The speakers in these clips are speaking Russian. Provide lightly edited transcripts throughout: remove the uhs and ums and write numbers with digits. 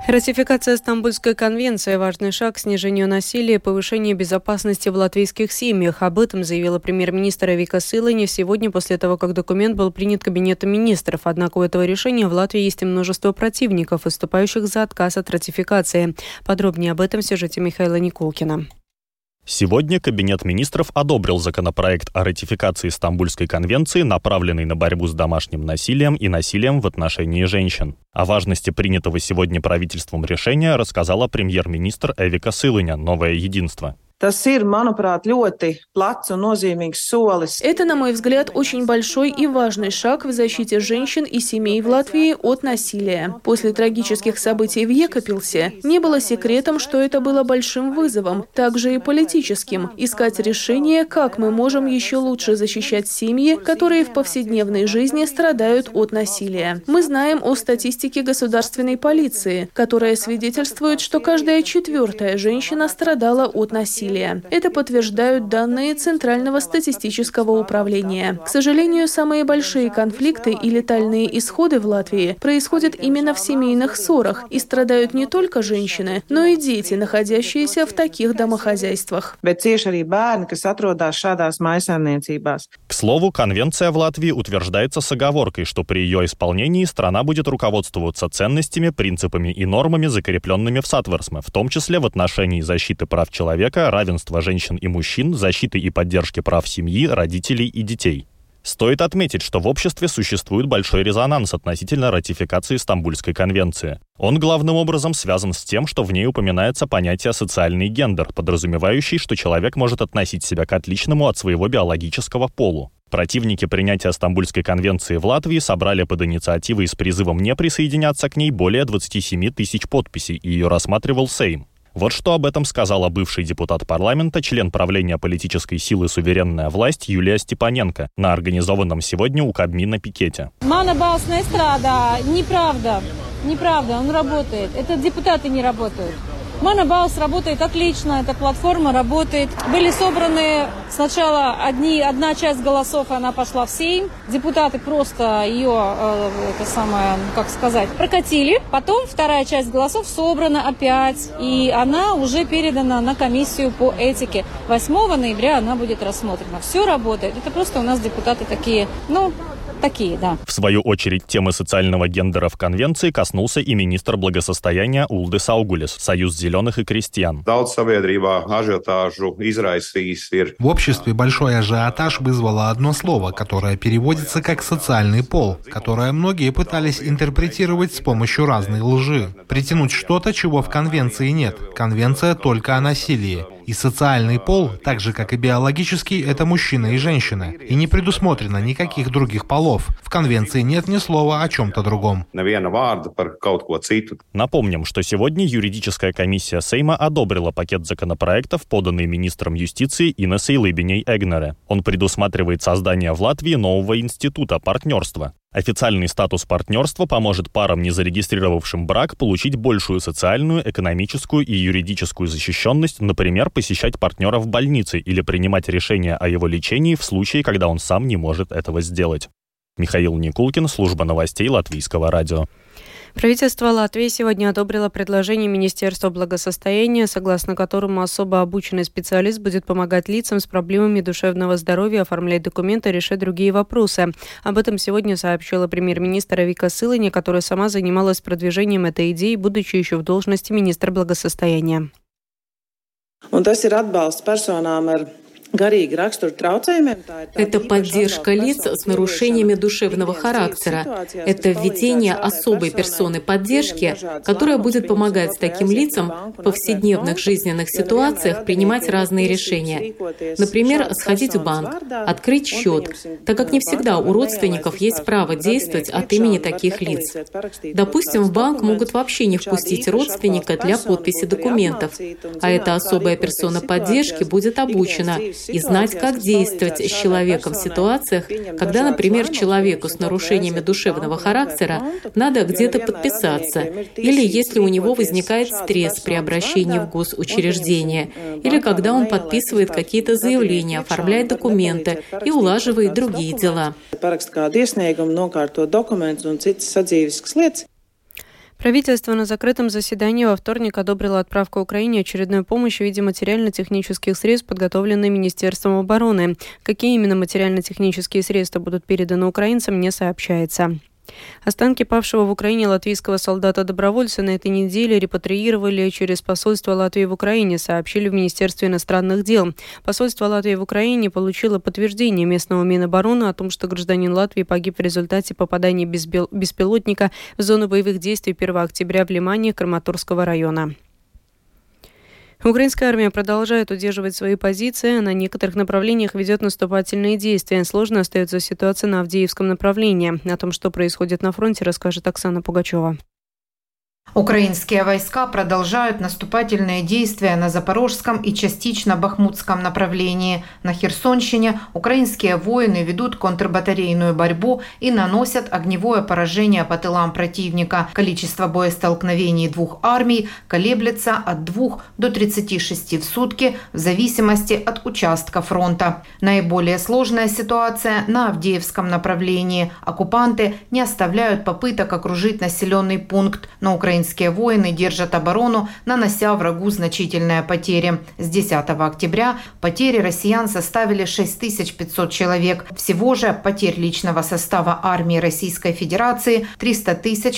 Ратификация Стамбульской конвенции – важный шаг к снижению насилия и повышению безопасности в латвийских семьях. Об этом заявила премьер-министр Эвика Силаня сегодня после того, как документ был принят Кабинетом министров. Однако у этого решения в Латвии есть и множество противников, выступающих за отказ от ратификации. Подробнее об этом в сюжете Михаила Никулкина. Сегодня Кабинет министров одобрил законопроект о ратификации Стамбульской конвенции, направленный на борьбу с домашним насилием и насилием в отношении женщин. О важности принятого сегодня правительством решения рассказала премьер-министр Эвика Силаня «Новое единство». Это, на мой взгляд, очень большой и важный шаг в защите женщин и семей в Латвии от насилия. После трагических событий в Екапилсе не было секретом, что это было большим вызовом, также и политическим, искать решение, как мы можем еще лучше защищать семьи, которые в повседневной жизни страдают от насилия. Мы знаем о статистике государственной полиции, которая свидетельствует, что каждая 4-я женщина страдала от насилия. Это подтверждают данные Центрального статистического управления. К сожалению, самые большие конфликты и летальные исходы в Латвии происходят именно в семейных ссорах, и страдают не только женщины, но и дети, находящиеся в таких домохозяйствах. К слову, конвенция в Латвии утверждается с оговоркой, что при ее исполнении страна будет руководствоваться ценностями, принципами и нормами, закрепленными в Сатверсме, в том числе в отношении защиты прав человека, равенства женщин и мужчин, защиты и поддержки прав семьи, родителей и детей. Стоит отметить, что в обществе существует большой резонанс относительно ратификации Стамбульской конвенции. Он главным образом связан с тем, что в ней упоминается понятие «социальный гендер», подразумевающий, что человек может относить себя к отличному от своего биологического полу. Противники принятия Стамбульской конвенции в Латвии собрали под инициативой с призывом не присоединяться к ней более 27 тысяч подписей, и ее рассматривал Сейм. Вот что об этом сказала бывший депутат парламента, член правления политической силы «Суверенная власть» Юлия Степаненко на организованном сегодня у Кабмина пикете. Манабаус не страда. Неправда. Неправда, он работает. Это депутаты не работают. Манабаус работает отлично, эта платформа работает. Были собраны сначала одна часть голосов, она пошла в Сейм. Депутаты просто ее, прокатили. Потом вторая часть голосов собрана опять, и она уже передана на комиссию по этике. 8 ноября она будет рассмотрена. Все работает. Это просто у нас депутаты такие, да. В свою очередь, темы социального гендера в конвенции коснулся и министр благосостояния Улдис Аугулис, Союз зеленых и крестьян. В обществе большой ажиотаж вызвало одно слово, которое переводится как «социальный пол», которое многие пытались интерпретировать с помощью разной лжи. Притянуть что-то, чего в конвенции нет. Конвенция только о насилии. И социальный пол, так же как и биологический, это мужчина и женщина. И не предусмотрено никаких других полов. В конвенции нет ни слова о чем-то другом. Напомним, что сегодня юридическая комиссия Сейма одобрила пакет законопроектов, поданный министром юстиции Инессой Лыбиней-Эгнере. Он предусматривает создание в Латвии нового института партнерства. Официальный статус партнерства поможет парам, не зарегистрировавшим брак, получить большую социальную, экономическую и юридическую защищенность, например, посещать партнера в больнице или принимать решения о его лечении в случае, когда он сам не может этого сделать. Михаил Никулкин, служба новостей Латвийского радио. Правительство Латвии сегодня одобрило предложение Министерства благосостояния, согласно которому особо обученный специалист будет помогать лицам с проблемами душевного здоровья оформлять документы и решать другие вопросы. Об этом сегодня сообщила премьер-министр Эвика Силаня, которая сама занималась продвижением этой идеи, будучи еще в должности министра благосостояния. Это поддержка лиц с нарушениями душевного характера. Это введение особой персоны поддержки, которая будет помогать таким лицам в повседневных жизненных ситуациях принимать разные решения. Например, сходить в банк, открыть счет, так как не всегда у родственников есть право действовать от имени таких лиц. Допустим, в банк могут вообще не впустить родственника для подписи документов, а эта особая персона поддержки будет обучена и знать, как действовать с человеком в ситуациях, когда, например, человеку с нарушениями душевного характера надо где-то подписаться, или если у него возникает стресс при обращении в госучреждение, или когда он подписывает какие-то заявления, оформляет документы и улаживает другие дела. Правительство на закрытом заседании во вторник одобрило отправку Украине очередной помощи в виде материально-технических средств, подготовленной Министерством обороны. Какие именно материально-технические средства будут переданы украинцам, не сообщается. Останки павшего в Украине латвийского солдата-добровольца на этой неделе репатриировали через посольство Латвии в Украине, сообщили в Министерстве иностранных дел. Посольство Латвии в Украине получило подтверждение местного Минобороны о том, что гражданин Латвии погиб в результате попадания беспилотника в зону боевых действий 1 октября в Лимане Краматорского района. Украинская армия продолжает удерживать свои позиции, на некоторых направлениях ведет наступательные действия. Сложно остается ситуация на Авдеевском направлении. О том, что происходит на фронте, расскажет Оксана Пугачева. Украинские войска продолжают наступательные действия на Запорожском и частично Бахмутском направлении. На Херсонщине украинские воины ведут контрбатарейную борьбу и наносят огневое поражение по тылам противника. Количество боестолкновений двух армий колеблется от 2 до 36 в сутки в зависимости от участка фронта. Наиболее сложная ситуация на Авдеевском направлении. Оккупанты не оставляют попыток окружить населенный пункт, но украинские воины держат оборону, нанося врагу значительные потери. С 10 октября потери россиян составили 6500 человек. Всего же потерь личного состава армии Российской Федерации 300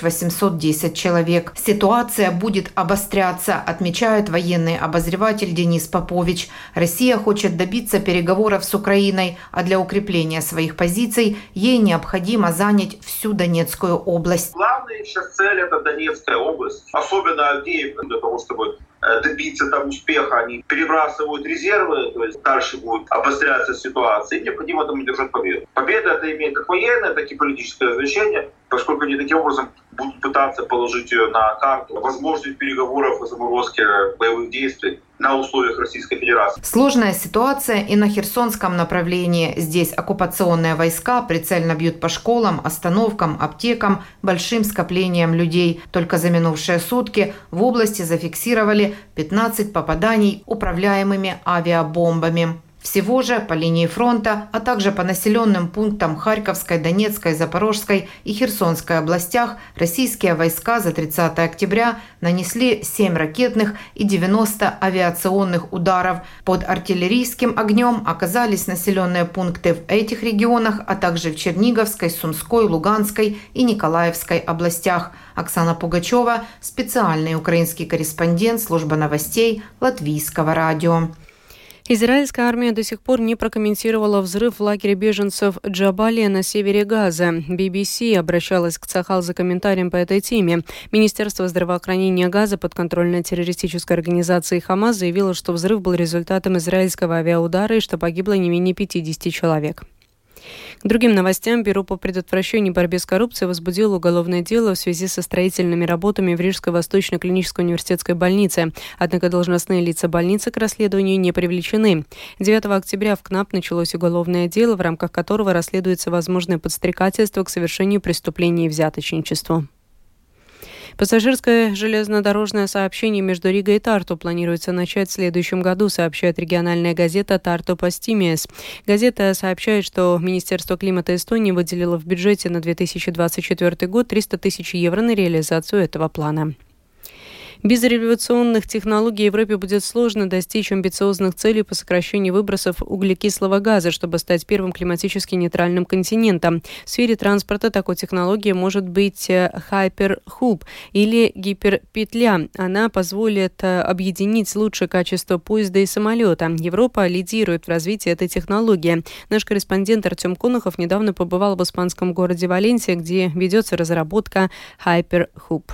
810 человек. Ситуация будет обостряться, отмечает военный обозреватель Денис Попович. Россия хочет добиться переговоров с Украиной, а для укрепления своих позиций ей необходимо занять всю Донецкую область. Главная сейчас цель – это Донецкая область, особенно Авдеевка, для того, чтобы добиться там успеха. Они перебрасывают резервы, то есть дальше будет обостряться ситуация, и необходимо там удержать победу. Победа это имеет как военное, так и политическое значение, поскольку они таким образом будут пытаться положить на карту возможность переговоров о заморозке боевых действий на условиях Российской Федерации. Сложная ситуация и на Херсонском направлении. Здесь оккупационные войска прицельно бьют по школам, остановкам, аптекам, большим скоплением людей. Только за минувшие сутки в области зафиксировали 15 попаданий управляемыми авиабомбами. Всего же по линии фронта, а также по населенным пунктам Харьковской, Донецкой, Запорожской и Херсонской областях российские войска за 30 октября нанесли 7 ракетных и 90 авиационных ударов. Под артиллерийским огнем оказались населенные пункты в этих регионах, а также в Черниговской, Сумской, Луганской и Николаевской областях. Оксана Пугачева, специальный украинский корреспондент службы новостей Латвийского радио. Израильская армия до сих пор не прокомментировала взрыв в лагере беженцев Джабалия на севере Газа. BBC обращалась к Цахал за комментарием по этой теме. Министерство здравоохранения Газа, подконтрольной террористической организации Хамас, заявило, что взрыв был результатом израильского авиаудара и что погибло не менее 50 человек. К другим новостям. Бюро по предотвращению и борьбе с коррупцией возбудило уголовное дело в связи со строительными работами в Рижской Восточной клинической университетской больнице. Однако должностные лица больницы к расследованию не привлечены. 9 октября в КНАП началось уголовное дело, в рамках которого расследуется возможное подстрекательство к совершению преступлений и взяточничеству. Пассажирское железнодорожное сообщение между Ригой и Тарту планируется начать в следующем году, сообщает региональная газета «Тарту Постимиес». Газета сообщает, что Министерство климата Эстонии выделило в бюджете на 2024 год 300 тысяч евро на реализацию этого плана. Без революционных технологий Европе будет сложно достичь амбициозных целей по сокращению выбросов углекислого газа, чтобы стать первым климатически нейтральным континентом. В сфере транспорта такой технологией может быть Hyperloop или гиперпетля. Она позволит объединить лучшее качество поезда и самолета. Европа лидирует в развитии этой технологии. Наш корреспондент Артем Конохов недавно побывал в испанском городе Валенсия, где ведется разработка Hyperloop.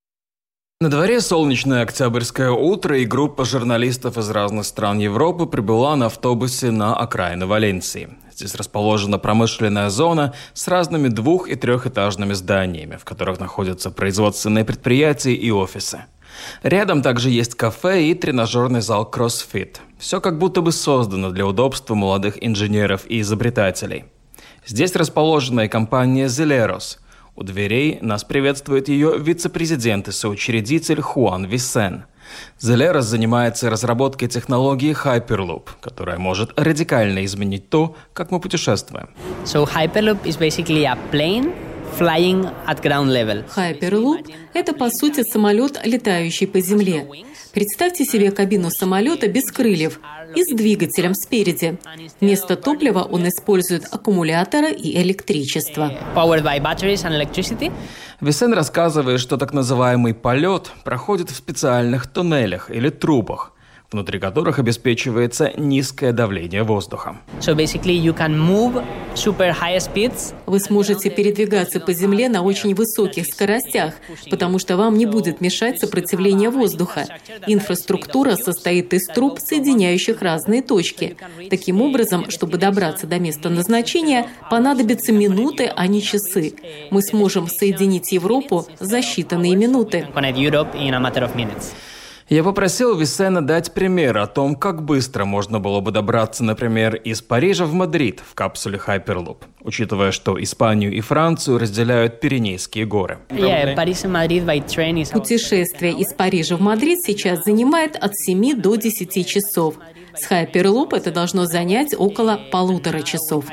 На дворе солнечное октябрьское утро, и группа журналистов из разных стран Европы прибыла на автобусе на окраины Валенсии. Здесь расположена промышленная зона с разными 2- и 3-этажными зданиями, в которых находятся производственные предприятия и офисы. Рядом также есть кафе и тренажерный зал CrossFit. Все как будто бы создано для удобства молодых инженеров и изобретателей. Здесь расположена и компания Zeleros. У дверей нас приветствует ее вице-президент и соучредитель Хуан Висен. Zeleros занимается разработкой технологии Hyperloop, которая может радикально изменить то, как мы путешествуем. So Hyperloop is basically a plane Hyperloop – это, по сути, самолет, летающий по земле. Представьте себе кабину самолета без крыльев и с двигателем спереди. Вместо топлива он использует аккумуляторы и электричество. Висен рассказывает, что так называемый полет проходит в специальных туннелях или трубах, внутри которых обеспечивается низкое давление воздуха. Вы сможете передвигаться по земле на очень высоких скоростях, потому что вам не будет мешать сопротивление воздуха. Инфраструктура состоит из труб, соединяющих разные точки. Таким образом, чтобы добраться до места назначения, понадобятся минуты, а не часы. Мы сможем соединить Европу за считанные минуты. Я попросил Висена дать пример о том, как быстро можно было бы добраться, например, из Парижа в Мадрид в капсуле Hyperloop, учитывая, что Испанию и Францию разделяют Пиренейские горы. Путешествие из Парижа в Мадрид сейчас занимает от 7 до 10 часов. С Hyperloop это должно занять около 1,5 часов.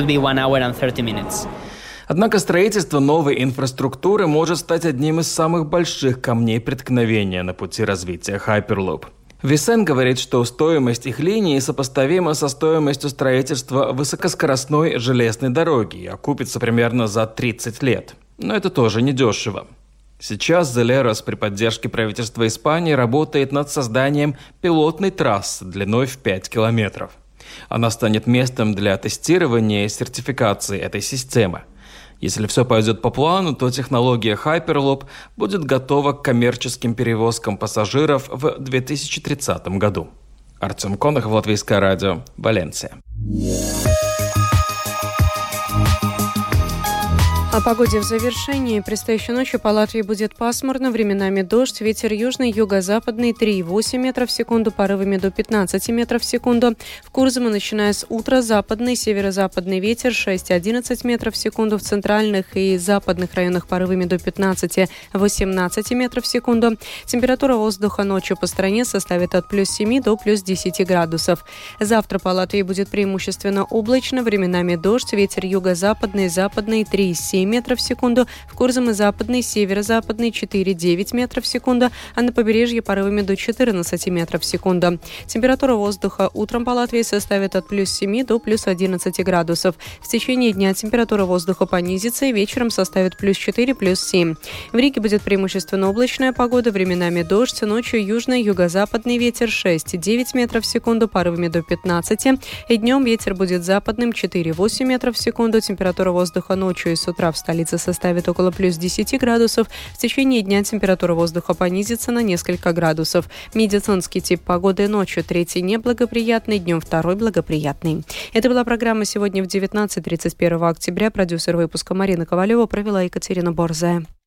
Однако строительство новой инфраструктуры может стать одним из самых больших камней преткновения на пути развития Hyperloop. Висен говорит, что стоимость их линии сопоставима со стоимостью строительства высокоскоростной железной дороги и окупится примерно за 30 лет. Но это тоже недешево. Сейчас Зелерос при поддержке правительства Испании работает над созданием пилотной трассы длиной в 5 километров. Она станет местом для тестирования и сертификации этой системы. Если все пойдет по плану, то технология Hyperloop будет готова к коммерческим перевозкам пассажиров в 2030 году. Артем Конохов, Латвийское радио, Валенсия. О погоде в завершении. Предстоящей ночью по Латвии будет пасмурно, временами дождь, ветер южный, юго-западный 3,8 метров в секунду, порывами до 15 метров в секунду. В Курзаме, начиная с утра, западный, северо-западный ветер 6-11 метров в секунду, в центральных и западных районах порывами до 15-18 метров в секунду. Температура воздуха ночью по стране составит от плюс 7 до плюс 10 градусов. Завтра по Латвии будет преимущественно облачно, временами дождь, ветер юго-западный, западный 3,7 метров в секунду, в Курзаме западный, северо-западный 4-9 метров в секунду, а на побережье порывами до 14 метров в секунду. Температура воздуха утром по Латвии составит от плюс 7 до плюс 11 градусов. В течение дня температура воздуха понизится и вечером составит плюс 4, плюс 7. В Риге будет преимущественно облачная погода, временами дождь, ночью южный, юго-западный ветер 6-9 метров в секунду, порывами до 15, и днем ветер будет западным 4-8 метров в секунду, температура воздуха ночью и с утра в столице составит около плюс 10 градусов. В течение дня температура воздуха понизится на несколько градусов. Медицинский тип погоды: ночью 3 неблагоприятный, днем 2 благоприятный. Это была программа «Сегодня в 19:31 октября». Продюсер выпуска Марина Ковалева, провела Екатерина Борзая.